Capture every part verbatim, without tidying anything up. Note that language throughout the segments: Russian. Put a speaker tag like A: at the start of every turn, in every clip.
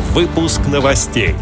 A: Выпуск новостей.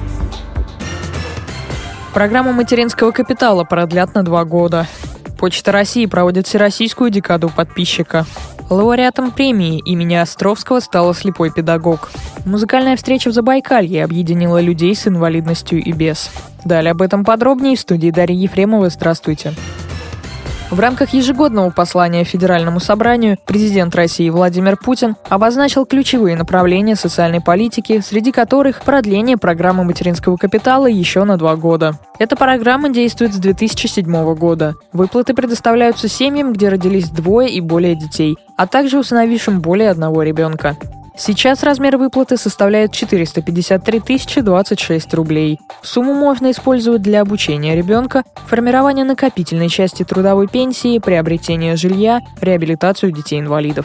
B: Программу материнского капитала продлят на два года. Почта России проводит Всероссийскую декаду подписчика. Лауреатом премии имени Островского стала слепой педагог. Музыкальная встреча в Забайкалье объединила людей с инвалидностью и без. Далее об этом подробнее в студии Дарьи Ефремовой. Здравствуйте. В рамках ежегодного послания Федеральному собранию президент России Владимир Путин обозначил ключевые направления социальной политики, среди которых продление программы материнского капитала еще на два года. Эта программа действует с две тысячи седьмого года. Выплаты предоставляются семьям, где родились двое и более детей, а также усыновившим более одного ребенка. Сейчас размер выплаты составляет четыреста пятьдесят три тысячи двадцать шесть рублей. Сумму можно использовать для обучения ребенка, формирования накопительной части трудовой пенсии, приобретения жилья, реабилитацию детей-инвалидов.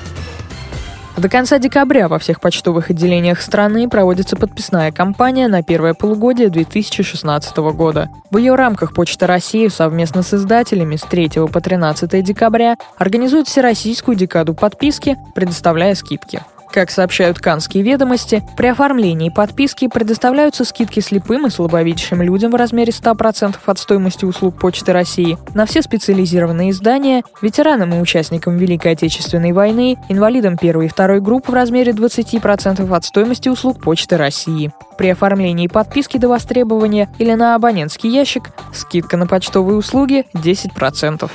B: До конца декабря во всех почтовых отделениях страны проводится подписная кампания на первое полугодие две тысячи шестнадцатого года. В ее рамках Почта России совместно с издателями с третьего по тринадцатое декабря организует Всероссийскую декаду подписки, предоставляя скидки. Как сообщают Канские ведомости, при оформлении подписки предоставляются скидки слепым и слабовидящим людям в размере ста процентов от стоимости услуг Почты России, на все специализированные издания, ветеранам и участникам Великой Отечественной войны, инвалидам первой и второй групп в размере двадцати процентов от стоимости услуг Почты России. При оформлении подписки до востребования или на абонентский ящик скидка на почтовые услуги десять процентов.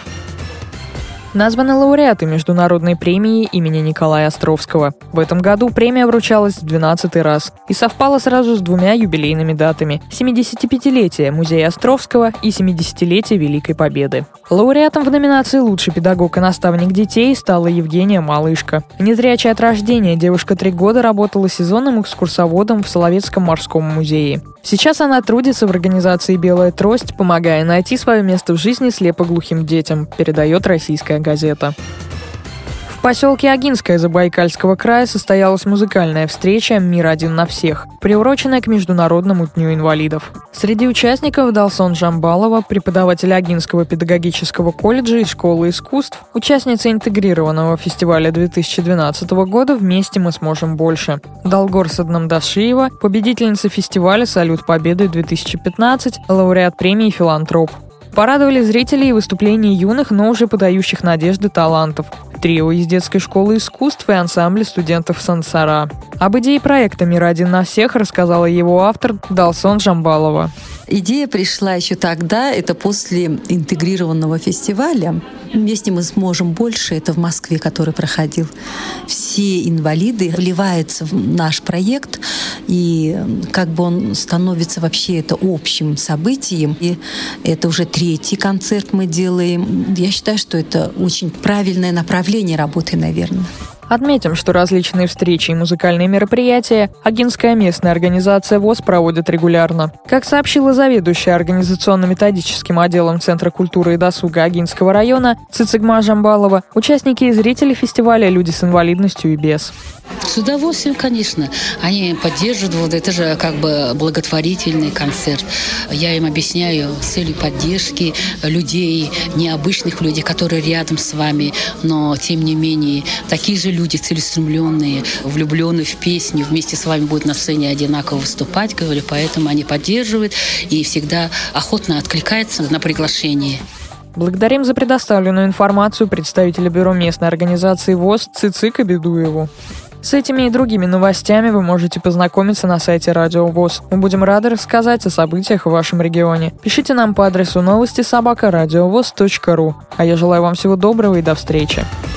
B: Названы лауреаты международной премии имени Николая Островского. В этом году премия вручалась в двенадцатый раз и совпала сразу с двумя юбилейными датами – семидесятипятилетие Музея Островского и семидесятилетие Великой Победы. Лауреатом в номинации «Лучший педагог и наставник детей» стала Евгения Малышко. Незрячая от рождения, девушка три года работала сезонным экскурсоводом в Соловецком морском музее. Сейчас она трудится в организации «Белая трость», помогая найти свое место в жизни слепоглухим детям, передает «Российская газета». В поселке Агинское Забайкальского края состоялась музыкальная встреча «Мир один на всех», приуроченная к Международному дню инвалидов. Среди участников Далсон Жамбалова, преподаватель Агинского педагогического колледжа и школы искусств, участница интегрированного фестиваля две тысячи двенадцатого года «Вместе мы сможем больше», Долгор Саднамдашиева, победительница фестиваля «Салют Победы две тысячи пятнадцать», лауреат премии «Филантроп». Порадовали зрителей и выступления юных, но уже подающих надежды талантов. Трио из детской школы искусств и ансамбля студентов Сансара. Об идее проекта «Мир один на всех» рассказала его автор Далсон Жамбалова.
C: Идея пришла еще тогда, это после интегрированного фестиваля «Вместе мы сможем больше», это в Москве, который проходил. Все инвалиды вливаются в наш проект, и как бы он становится вообще это общим событием. И это уже третий концерт мы делаем. Я считаю, что это очень правильное направление работы, наверное.
B: Отметим, что различные встречи и музыкальные мероприятия Агинская местная организация ВОС проводит регулярно. Как сообщила заведующая организационно-методическим отделом Центра культуры и досуга Агинского района Цицигма Жамбалова, участники и зрители фестиваля «Люди с инвалидностью и без».
D: С удовольствием, конечно. Они поддерживают. Это же как бы благотворительный концерт. Я им объясняю цели поддержки людей, необычных людей, которые рядом с вами, но тем не менее такие же люди целеустремленные, влюбленные в песню, вместе с вами будут на сцене одинаково выступать, говорю, поэтому они поддерживают и всегда охотно откликаются на приглашение.
B: Благодарим за предоставленную информацию представителя бюро местной организации ВОС Цицика Бедуеву. С этими и другими новостями вы можете познакомиться на сайте Радио ВОС. Мы будем рады рассказать о событиях в вашем регионе. Пишите нам по адресу новости собака радиовос точка ру. А я желаю вам всего доброго и до встречи.